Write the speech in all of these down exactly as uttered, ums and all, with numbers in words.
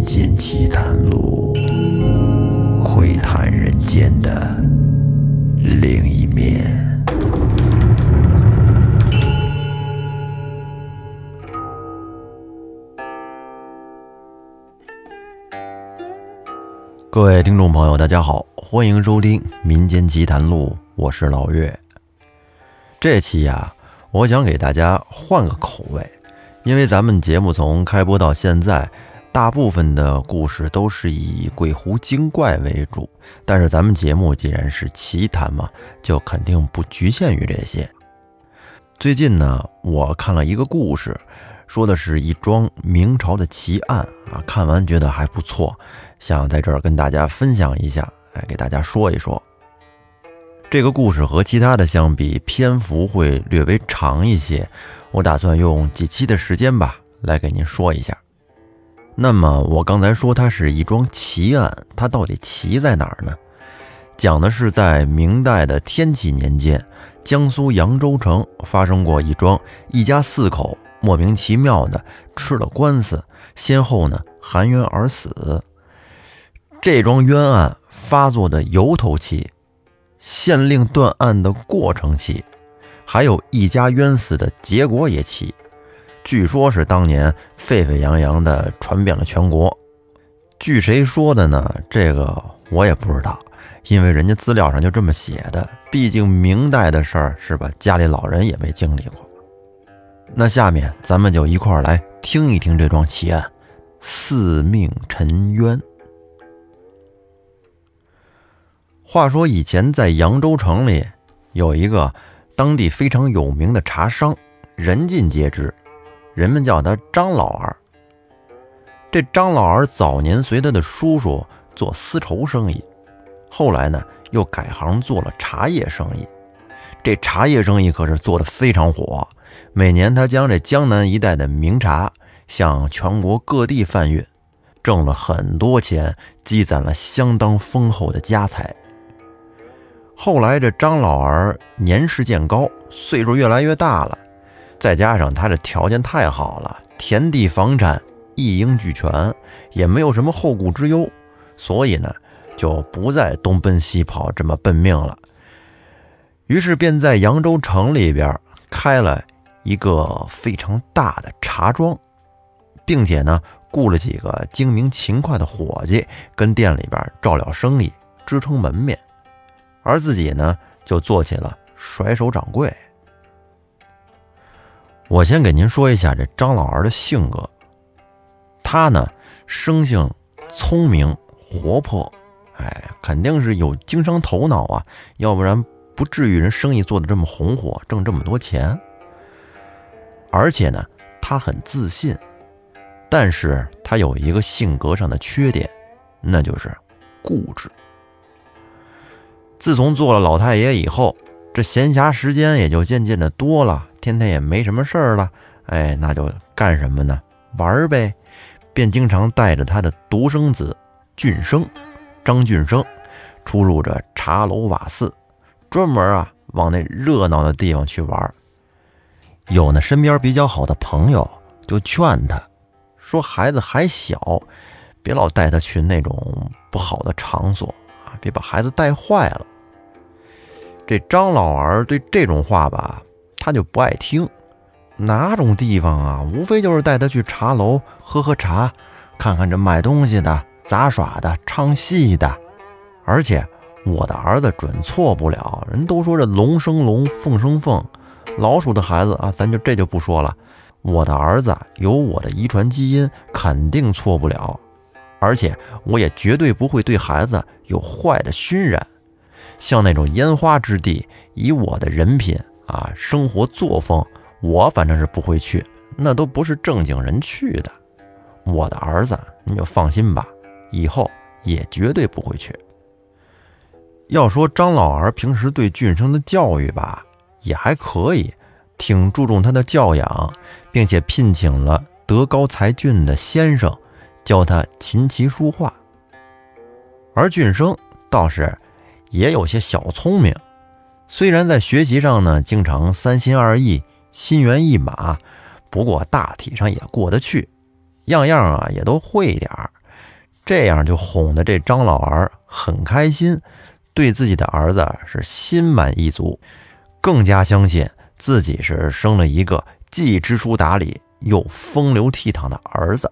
间奇谈录，窥探人间的另一面。各位听众朋友大家好，欢迎收听民间奇谈录，我是老岳。这期呀、啊，我想给大家换个口味，因为咱们节目从开播到现在，大部分的故事都是以鬼狐精怪为主，但是咱们节目既然是奇谈嘛，就肯定不局限于这些。最近呢，我看了一个故事，说的是一桩明朝的奇案啊，看完觉得还不错，想在这儿跟大家分享一下，哎，给大家说一说。这个故事和其他的相比，篇幅会略微长一些，我打算用几期的时间吧，来给您说一下。那么我刚才说它是一桩奇案，它到底奇在哪儿呢？讲的是在明代的天启年间，江苏扬州城发生过一桩一家四口莫名其妙的吃了官司，先后呢含冤而死。这桩冤案发作的由头期、县令断案的过程期，还有一家冤死的结果也奇，据说是当年沸沸扬扬的传遍了全国。据谁说的呢？这个我也不知道，因为人家资料上就这么写的，毕竟明代的事儿是吧，家里老人也没经历过。那下面咱们就一块儿来听一听这桩奇案——四命沉冤。话说以前在扬州城里有一个当地非常有名的茶商，人尽皆知，人们叫他张老儿。这张老儿早年随他的叔叔做丝绸生意，后来呢又改行做了茶叶生意。这茶叶生意可是做得非常火，每年他将这江南一带的名茶向全国各地贩运，挣了很多钱，积攒了相当丰厚的家财。后来这张老儿年事渐高，岁数越来越大了，再加上他这条件太好了，田地房产一应俱全，也没有什么后顾之忧，所以呢就不再东奔西跑这么奔命了。于是便在扬州城里边开了一个非常大的茶庄，并且呢雇了几个精明勤快的伙计跟店里边照料生意，支撑门面，而自己呢就做起了甩手掌柜。我先给您说一下这张老儿的性格，他呢生性聪明活泼，哎，肯定是有经商头脑啊，要不然不至于人生意做得这么红火，挣这么多钱。而且呢他很自信，但是他有一个性格上的缺点，那就是固执。自从做了老太爷以后，这闲暇时间也就渐渐的多了，天天也没什么事儿了，哎，那就干什么呢？玩呗。便经常带着他的独生子俊生张俊生出入着茶楼瓦肆，专门啊往那热闹的地方去玩。有那身边比较好的朋友就劝他说，孩子还小，别老带他去那种不好的场所啊，别把孩子带坏了。这张老儿对这种话吧，他就不爱听。哪种地方啊，无非就是带他去茶楼喝喝茶，看看这卖东西的、杂耍的、唱戏的。而且我的儿子准错不了，人都说这龙生龙，凤生凤，老鼠的孩子啊，咱就这就不说了。我的儿子有我的遗传基因，肯定错不了，而且我也绝对不会对孩子有坏的熏染。像那种烟花之地，以我的人品啊、生活作风，我反正是不会去，那都不是正经人去的。我的儿子你就放心吧，以后也绝对不会去。要说张老儿平时对俊生的教育吧，也还可以，挺注重他的教养，并且聘请了德高才俊的先生教他琴棋书画。而俊生倒是也有些小聪明，虽然在学习上呢经常三心二意、心猿意马，不过大体上也过得去，样样啊也都会一点儿。 这样就哄得这张老儿很开心，对自己的儿子是心满意足，更加相信自己是生了一个既知书达理又风流倜傥的儿子。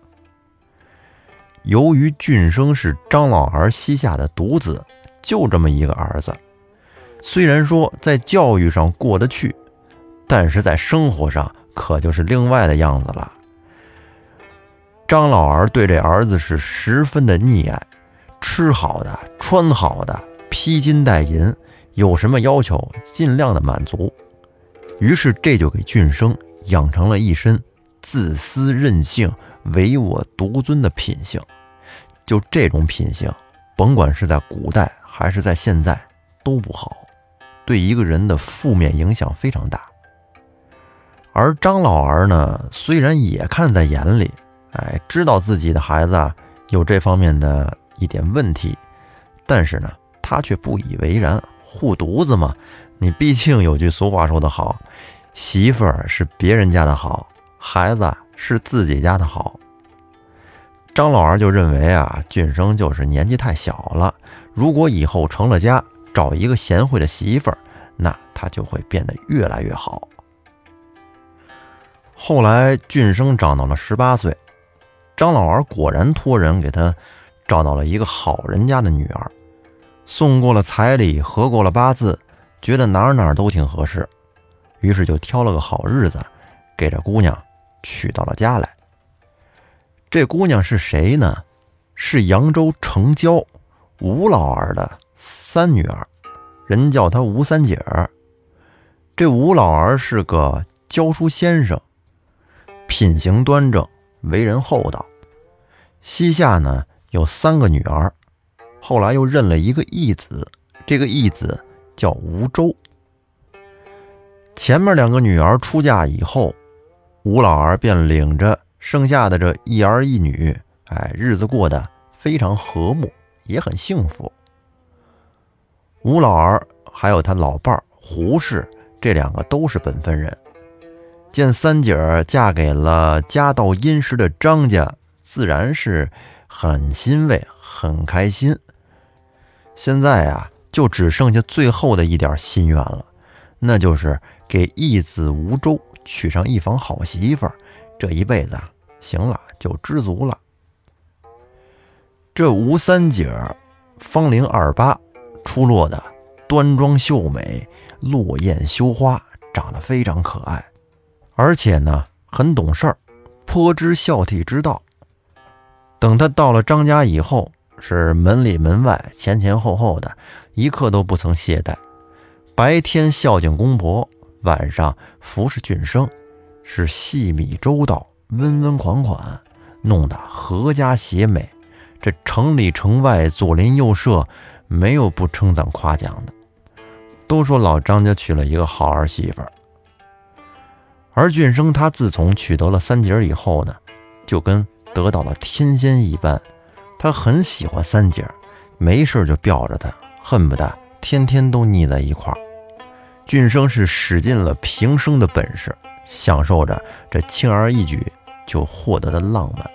由于俊生是张老儿膝下的独子，就这么一个儿子，虽然说在教育上过得去，但是在生活上可就是另外的样子了。张老儿对这儿子是十分的溺爱，吃好的穿好的，披金戴银，有什么要求尽量的满足。于是这就给俊生养成了一身自私任性唯我独尊的品性。就这种品性，甭管是在古代还是在现在都不好，对一个人的负面影响非常大。而张老儿呢，虽然也看在眼里，哎，知道自己的孩子啊有这方面的一点问题，但是呢，他却不以为然，护犊子嘛。你毕竟有句俗话说得好，媳妇儿是别人家的好，孩子是自己家的好。张老儿就认为啊，俊生就是年纪太小了，如果以后成了家，找一个贤惠的媳妇儿，那他就会变得越来越好。后来俊生长到了十八岁，张老儿果然托人给他找到了一个好人家的女儿，送过了彩礼，合过了八字，觉得哪儿哪儿都挺合适，于是就挑了个好日子，给这姑娘娶到了家来。这姑娘是谁呢？是扬州城郊吴老儿的三女儿，人叫她吴三姐儿。这吴老儿是个教书先生，品行端正，为人厚道。膝下呢有三个女儿，后来又认了一个义子，这个义子叫吴周。前面两个女儿出嫁以后，吴老儿便领着剩下的这一儿一女，哎，日子过得非常和睦，也很幸福。吴老儿还有他老伴儿胡氏，这两个都是本分人，见三姐儿嫁给了家道殷实的张家，自然是很欣慰，很开心。现在啊，就只剩下最后的一点心愿了，那就是给义子吴周娶上一房好媳妇儿，这一辈子啊，行了，就知足了。这吴三姐芳龄二八，出落的端庄秀美，落雁羞花，长得非常可爱，而且呢很懂事儿，颇知孝悌之道。等她到了张家以后，是门里门外前前后后的一刻都不曾懈怠，白天孝敬公婆，晚上服侍俊生，是细密周到，温温款款，弄得阖家协美。这城里城外左邻右舍没有不称赞夸奖的，都说老张家娶了一个好儿媳妇儿。而俊生他自从娶得了三姐以后呢，就跟得到了天仙一般，他很喜欢三姐，没事就吊着她，恨不得天天都腻在一块儿。俊生是使尽了平生的本事，享受着这轻而易举就获得的浪漫。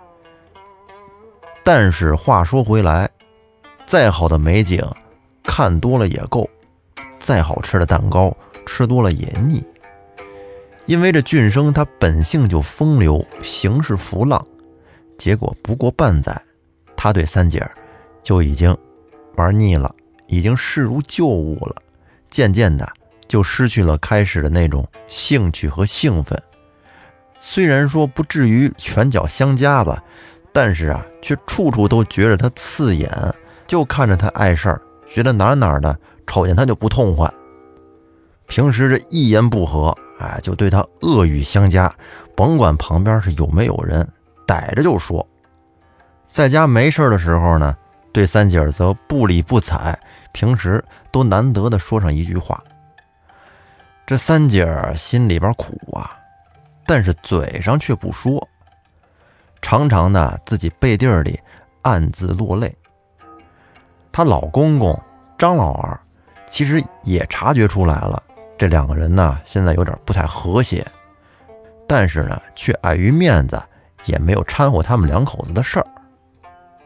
但是话说回来，再好的美景看多了也够，再好吃的蛋糕吃多了也腻。因为这俊生他本性就风流，行事浮浪，结果不过半载，他对三姐就已经玩腻了，已经视如旧物了，渐渐的就失去了开始的那种兴趣和兴奋。虽然说不至于拳脚相加吧，但是啊，却处处都觉着他刺眼，就看着他碍事儿，觉得哪哪的瞅见他就不痛快。平时这一言不合，哎，就对他恶语相加，甭管旁边是有没有人，逮着就说。在家没事的时候呢，对三姐则不理不睬，平时都难得的说上一句话。这三姐心里边苦啊，但是嘴上却不说，常常的自己背地里暗自落泪。她老公公张老儿其实也察觉出来了，这两个人呢现在有点不太和谐，但是呢却碍于面子，也没有掺和他们两口子的事儿。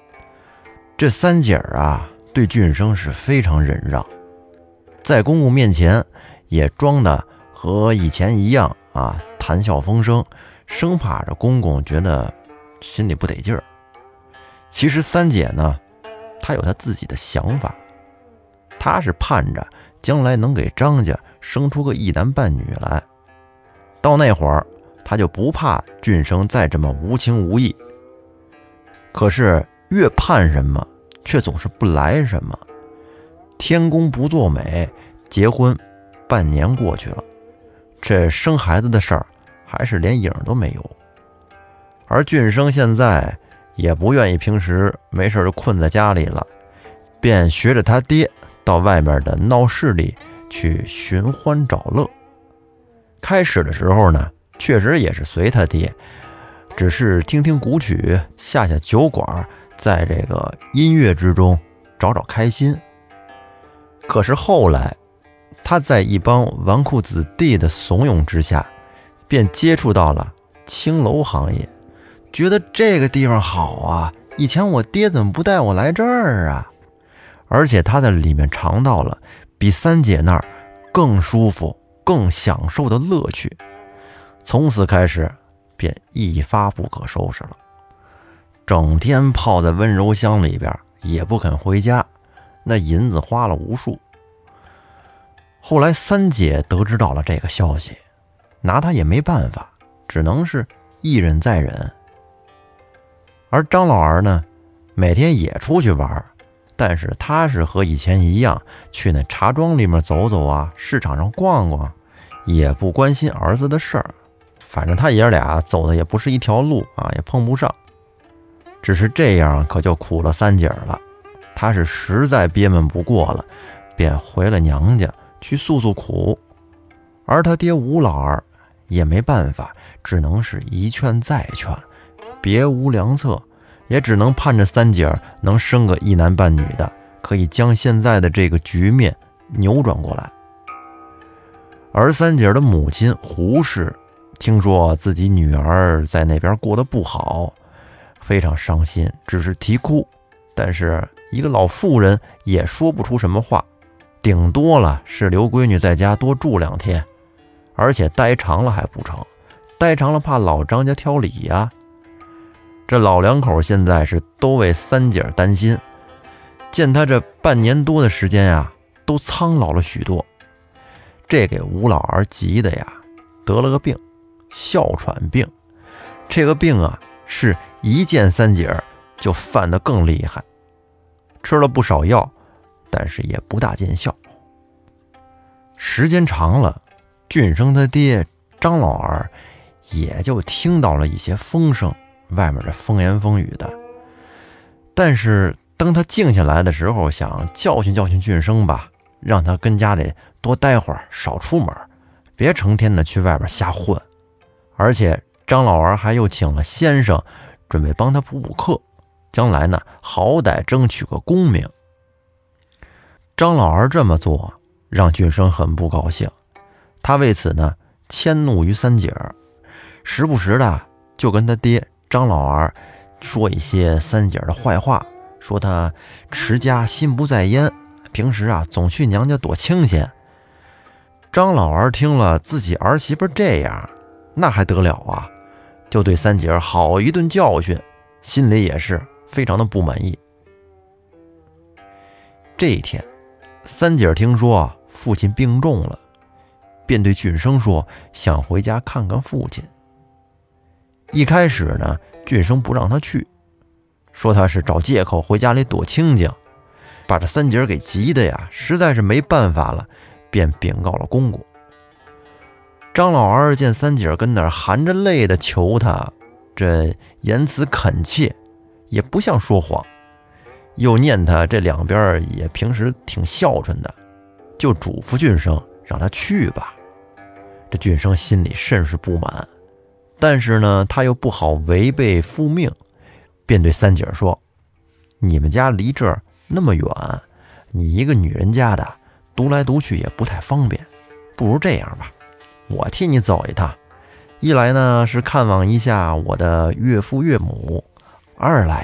这三姐儿啊，对俊生是非常忍让，在公公面前也装的和以前一样啊，谈笑风生，生怕着公公觉得心里不得劲儿。其实三姐呢，她有她自己的想法，她是盼着将来能给张家生出个一男半女来，到那会儿她就不怕俊生再这么无情无义。可是越盼什么，却总是不来什么。天公不作美，结婚半年过去了，这生孩子的事儿还是连影都没有。而俊生现在也不愿意平时没事就困在家里了，便学着他爹到外面的闹市里去寻欢找乐。开始的时候呢，确实也是随他爹，只是听听古曲，下下酒馆，在这个音乐之中找找开心。可是后来他在一帮纨绔子弟的怂恿之下，便接触到了青楼行业，觉得这个地方好啊，以前我爹怎么不带我来这儿啊？而且他在里面尝到了比三姐那儿更舒服更享受的乐趣，从此开始便一发不可收拾了，整天泡在温柔乡里边，也不肯回家，那银子花了无数。后来三姐得知到了这个消息，拿他也没办法，只能是一忍再忍。而张老儿呢，每天也出去玩，但是他是和以前一样，去那茶庄里面走走啊，市场上逛逛，也不关心儿子的事儿。反正他爷俩走的也不是一条路啊，也碰不上。只是这样可就苦了三姐了，他是实在憋闷不过了，便回了娘家去诉诉苦。而他爹吴老儿也没办法，只能是一劝再劝，别无良策，也只能盼着三姐能生个一男半女的，可以将现在的这个局面扭转过来。而三姐的母亲胡氏听说自己女儿在那边过得不好，非常伤心，只是啼哭，但是一个老妇人也说不出什么话，顶多了是留闺女在家多住两天，而且待长了还不成，待长了怕老张家挑理呀。这老两口现在是都为三姐担心，见他这半年多的时间啊，都苍老了许多，这给吴老儿急的呀，得了个病，哮喘病。这个病啊，是一见三姐就犯得更厉害，吃了不少药，但是也不大见效。时间长了，俊生他爹张老儿也就听到了一些风声，外面的风言风语的。但是当他静下来的时候，想教训教训俊生吧，让他跟家里多待会儿，少出门，别成天的去外边瞎混。而且张老儿还又请了先生，准备帮他补补课，将来呢好歹争取个功名。张老儿这么做让俊生很不高兴，他为此呢迁怒于三姐儿，时不时的就跟他爹张老儿说一些三姐儿的坏话，说他持家心不在焉，平时啊总去娘家躲清闲。张老儿听了自己儿媳妇这样，那还得了啊，就对三姐儿好一顿教训，心里也是非常的不满意。这一天，三姐儿听说父亲病重了，便对俊生说想回家看看父亲。一开始呢，俊生不让他去，说他是找借口回家里躲清静，把这三姐儿给急的呀，实在是没办法了，便禀告了公公。张老二见三姐儿跟那儿含着泪的求他，这言辞恳切，也不像说谎，又念他这两边也平时挺孝顺的，就嘱咐俊生让他去吧。这俊生心里甚是不满，但是呢他又不好违背父命，便对三姐儿说，你们家离这儿那么远，你一个女人家的独来独去也不太方便，不如这样吧，我替你走一趟，一来呢是看望一下我的岳父岳母，二来呢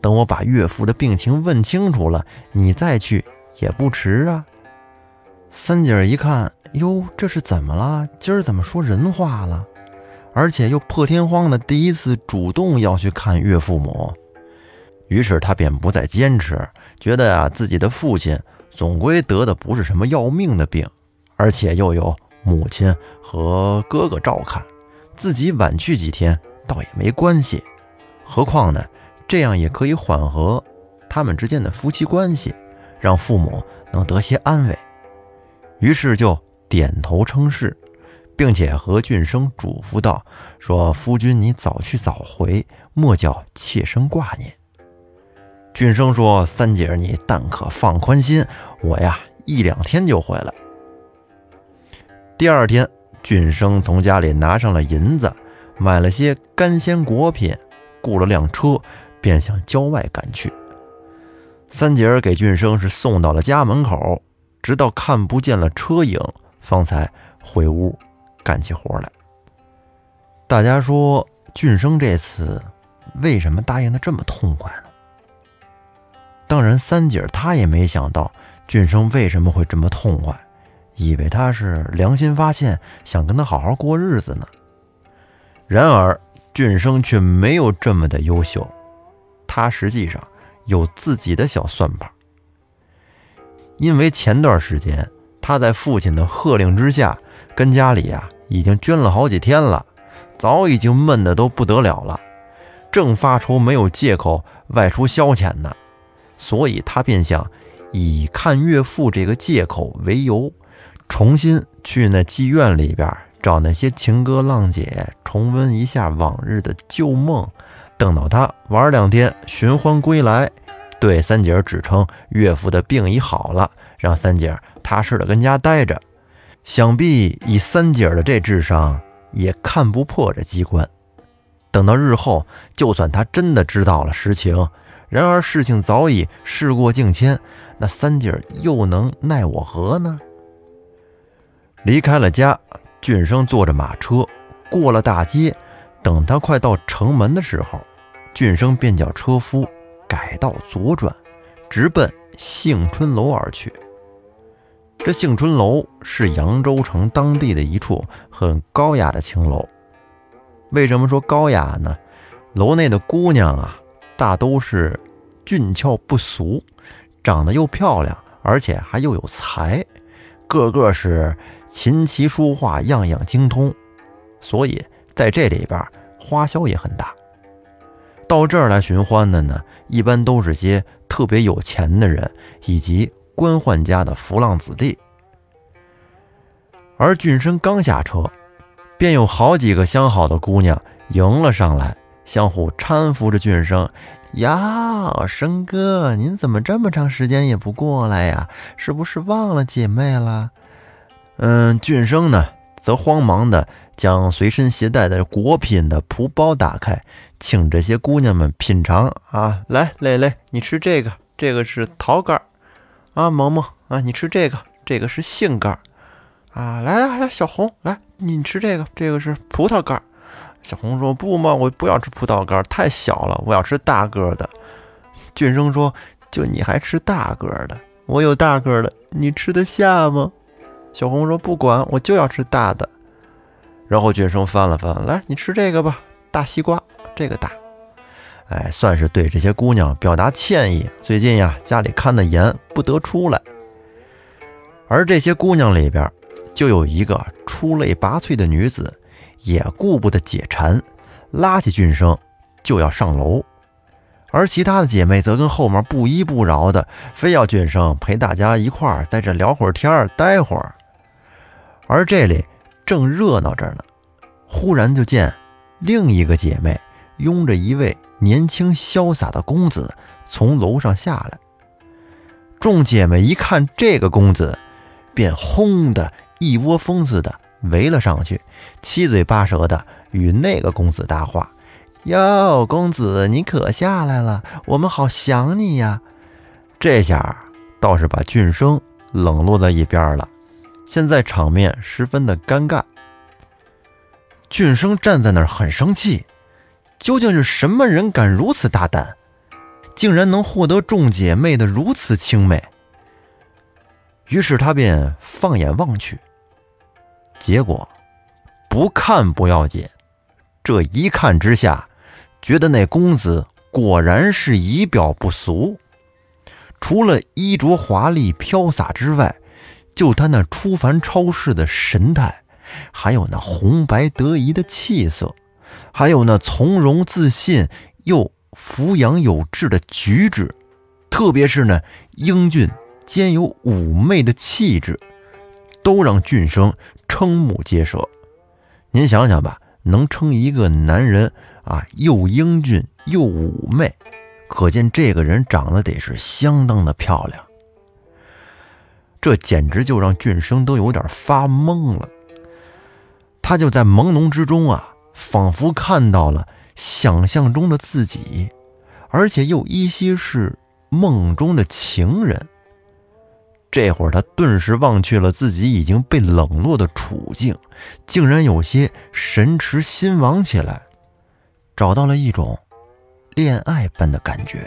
等我把岳父的病情问清楚了，你再去也不迟啊。三姐一看，哟，这是怎么了？今儿怎么说人话了？而且又破天荒的第一次主动要去看岳父母。于是他便不再坚持，觉得啊自己的父亲总归得的不是什么要命的病，而且又有母亲和哥哥照看，自己晚去几天倒也没关系。何况呢，这样也可以缓和他们之间的夫妻关系，让父母能得些安慰。于是就点头称是，并且和俊生嘱咐道，说夫君你早去早回，莫叫妾身挂念。俊生说，三姐你但可放宽心，我呀一两天就回来。第二天，俊生从家里拿上了银子，买了些干鲜果品，雇了辆车，便向郊外赶去。三姐给俊生是送到了家门口，直到看不见了车影，方才回屋干起活来。大家说，俊生这次为什么答应的这么痛快呢？当然，三姐她也没想到俊生为什么会这么痛快，以为他是良心发现，想跟他好好过日子呢。然而俊生却没有这么的优秀，他实际上有自己的小算盘。因为前段时间他在父亲的喝令之下，跟家里啊已经捐了好几天了，早已经闷得都不得了了，正发愁没有借口外出消遣呢。所以他便想以看岳父这个借口为由，重新去那妓院里边找那些情歌浪姐，重温一下往日的旧梦。等到他玩两天寻欢归来，对三姐只称岳父的病已好了，让三姐踏实的跟家待着。想必以三姐的这智商也看不破这机关。等到日后，就算他真的知道了实情，然而事情早已事过境迁，那三姐又能奈我何呢？离开了家，俊生坐着马车过了大街，等他快到城门的时候，俊生便叫车夫改道左转，直奔幸春楼而去。这幸春楼是扬州城当地的一处很高雅的青楼。为什么说高雅呢？楼内的姑娘啊，大都是俊俏不俗，长得又漂亮，而且还又有才，个个是琴棋书画样样精通，所以在这里边花销也很大。到这儿来寻欢的呢，一般都是些特别有钱的人以及官宦家的浮浪子弟。而俊生刚下车，便有好几个相好的姑娘迎了上来，相互搀扶着俊生。呀，生哥，您怎么这么长时间也不过来呀？是不是忘了姐妹了？嗯，俊生呢，则慌忙的将随身携带的果品的蒲包打开，请这些姑娘们品尝啊。来，蕾蕾，你吃这个，这个是桃干啊。萌萌啊，你吃这个，这个是杏干啊。来来来，小红，来，你吃这个，这个是葡萄干。小红说，不嘛，我不要吃葡萄干，太小了，我要吃大个的。俊生说，就你还吃大个的，我有大个的，你吃得下吗？小红说，不管，我就要吃大的。然后俊生翻了翻，来，你吃这个吧，大西瓜，这个大。哎，算是对这些姑娘表达歉意，最近呀家里看得严，不得出来。而这些姑娘里边就有一个出类拔萃的女子，也顾不得解馋，拉起俊生就要上楼。而其他的姐妹则跟后面不依不饶的，非要俊生陪大家一块儿在这聊会儿天，待会儿。而这里正热闹着呢，忽然就见另一个姐妹拥着一位年轻潇洒的公子从楼上下来。众姐妹一看这个公子，便轰的一窝蜂似的围了上去，七嘴八舌的与那个公子搭话。哟，公子你可下来了，我们好想你呀。这下倒是把俊生冷落在一边了，现在场面十分的尴尬。俊生站在那儿很生气，究竟是什么人敢如此大胆， 竟然能获得众姐妹的如此青睐。于是他便放眼望去，结果不看不要紧，这一看之下，觉得那公子果然是仪表不俗。除了衣着华丽飘洒之外，就他那出凡超世的神态，还有那红白得宜的气色，还有那从容自信又扶养有致的举止，特别是那英俊兼有妩媚的气质，都让俊生瞠目结舌。您想想吧，能称一个男人啊又英俊又妩媚，可见这个人长得得是相当的漂亮。这简直就让俊生都有点发懵了。他就在朦胧之中啊，仿佛看到了想象中的自己，而且又依稀是梦中的情人。这会儿他顿时忘却了自己已经被冷落的处境，竟然有些神驰心亡起来，找到了一种恋爱般的感觉。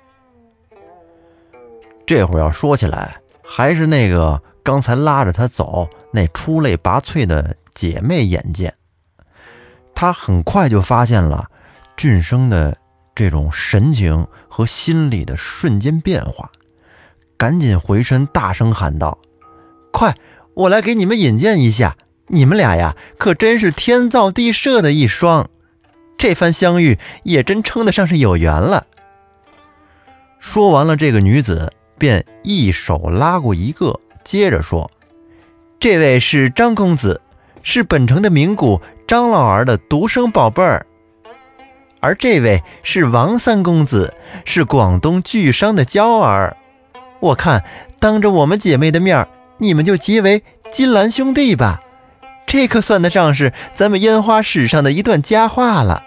这会儿要说起来，还是那个刚才拉着他走那出类拔萃的姐妹眼见。他很快就发现了俊生的这种神情和心理的瞬间变化，赶紧回身大声喊道：快，我来给你们引荐一下，你们俩呀可真是天造地设的一双，这番相遇也真称得上是有缘了。说完了这个女子，便一手拉过一个，接着说：这位是张公子，是本城的名贾张老儿的独生宝贝儿，而这位是王三公子，是广东巨商的娇儿。我看当着我们姐妹的面，你们就结为金兰兄弟吧，这可算得上是咱们烟花史上的一段佳话了。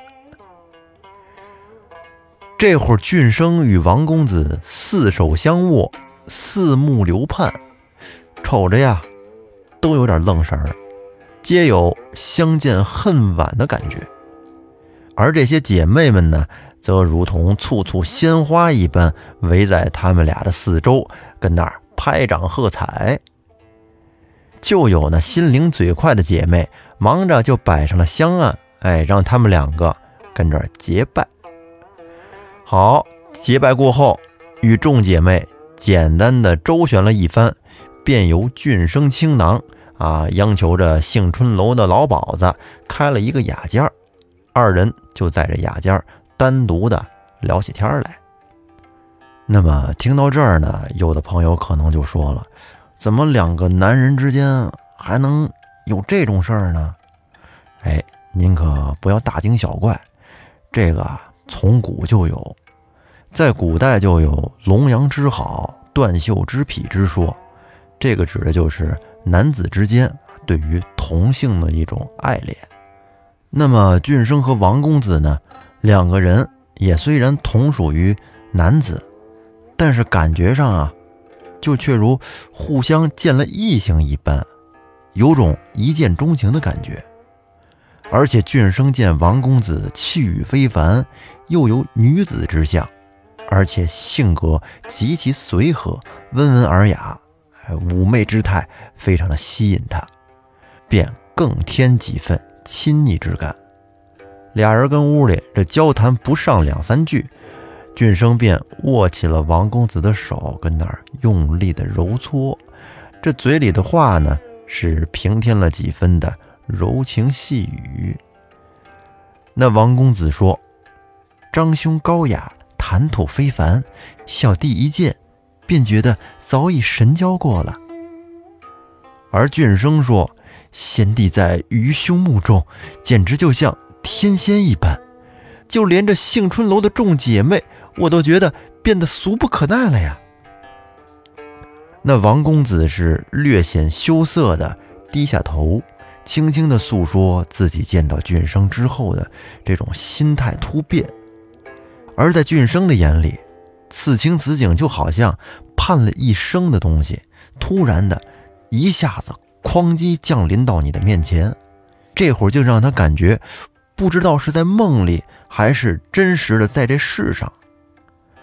这会儿俊生与王公子四手相握，四目流盼，瞅着呀都有点愣神儿，皆有相见恨晚的感觉。而这些姐妹们呢，则如同簇簇鲜花一般围在他们俩的四周，跟那儿拍掌喝彩。就有那心灵嘴快的姐妹忙着就摆上了香案，哎，让他们两个跟这儿结拜。好，结拜过后，与众姐妹简单的周旋了一番，便由俊生倾囊啊，央求着杏春楼的老鸨子开了一个雅间，二人就在这雅间单独的聊起天来。那么听到这儿呢，有的朋友可能就说了，怎么两个男人之间还能有这种事儿呢？哎，您可不要大惊小怪，这个啊从古就有，在古代就有龙阳之好，断袖之癖之说，这个指的就是男子之间对于同性的一种爱恋。那么俊生和王公子呢，两个人也虽然同属于男子，但是感觉上啊，就却如互相见了异性一般，有种一见钟情的感觉。而且俊生见王公子气宇非凡，又有女子之相，而且性格极其随和，温文尔雅，妩媚之态非常的吸引他，便更添几分亲昵之感。俩人跟屋里这交谈不上两三句，俊生便握起了王公子的手，跟那儿用力的揉搓，这嘴里的话呢，是平添了几分的柔情细语。那王公子说：张兄高雅，谈吐非凡，小弟一见便觉得早已神交过了。而俊生说：贤弟在愚兄目中简直就像天仙一般，就连这杏春楼的众姐妹我都觉得变得俗不可耐了呀。那王公子是略显羞涩的低下头，轻轻地诉说自己见到俊生之后的这种心态突变。而在俊生的眼里，此情此景就好像盼了一生的东西，突然的一下子哐叽降临到你的面前，这会儿就让他感觉不知道是在梦里还是真实的在这世上。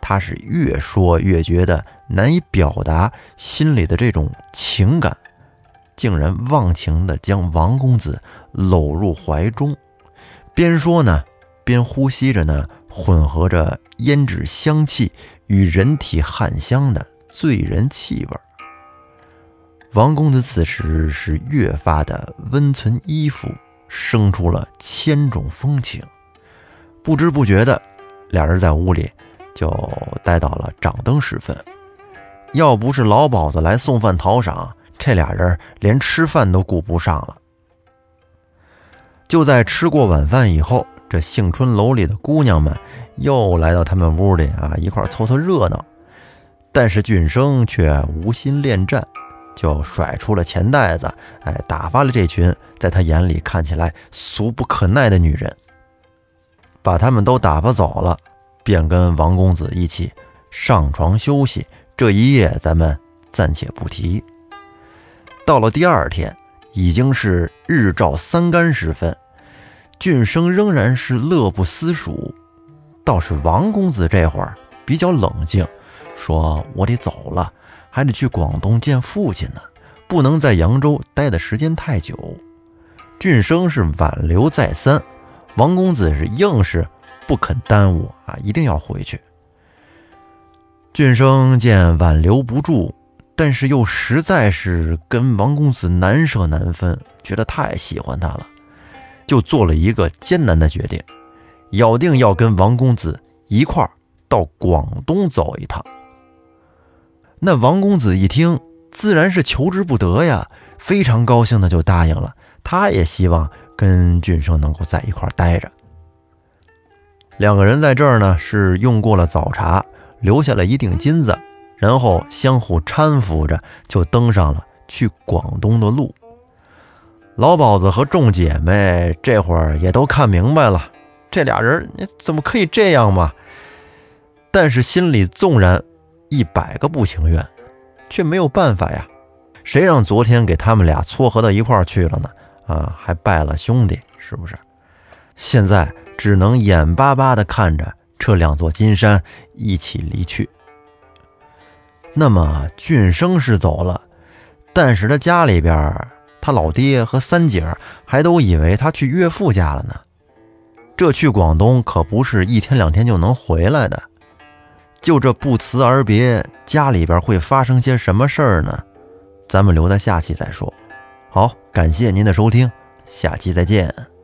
他是越说越觉得难以表达心里的这种情感，竟然忘情地将王公子搂入怀中，边说呢边呼吸着呢混合着胭脂香气与人体汗香的醉人气味。王公子此时是越发的温存依附，生出了千种风情。不知不觉的，俩人在屋里就待到了掌灯时分。要不是老鸨子来送饭讨赏，这俩人连吃饭都顾不上了。就在吃过晚饭以后，这杏春楼里的姑娘们又来到他们屋里啊，一块凑凑热闹。但是俊生却无心恋战，就甩出了钱袋子，哎，打发了这群在他眼里看起来俗不可耐的女人。把他们都打发走了，便跟王公子一起上床休息。这一夜咱们暂且不提。到了第二天，已经是日照三竿时分，俊生仍然是乐不思蜀。倒是王公子这会儿比较冷静，说我得走了，还得去广东见父亲呢，不能在扬州待的时间太久。俊生是挽留再三，王公子是硬是不肯耽误啊，一定要回去。俊生见挽留不住，但是又实在是跟王公子难舍难分，觉得太喜欢他了，就做了一个艰难的决定，咬定要跟王公子一块儿到广东走一趟。那王公子一听，自然是求之不得呀，非常高兴的就答应了。他也希望跟俊生能够在一块儿待着。两个人在这儿呢是用过了早茶，留下了一锭金子，然后相互搀扶着就登上了去广东的路。老鸨子和众姐妹这会儿也都看明白了，这俩人怎么可以这样嘛？但是心里纵然一百个不情愿，却没有办法呀。谁让昨天给他们俩撮合到一块儿去了呢？啊，还拜了兄弟，是不是？现在只能眼巴巴地看着这两座金山一起离去。那么俊生是走了，但是他家里边，他老爹和三姐还都以为他去岳父家了呢。这去广东可不是一天两天就能回来的。就这不辞而别，家里边会发生些什么事儿呢？咱们留在下期再说。好，感谢您的收听，下期再见。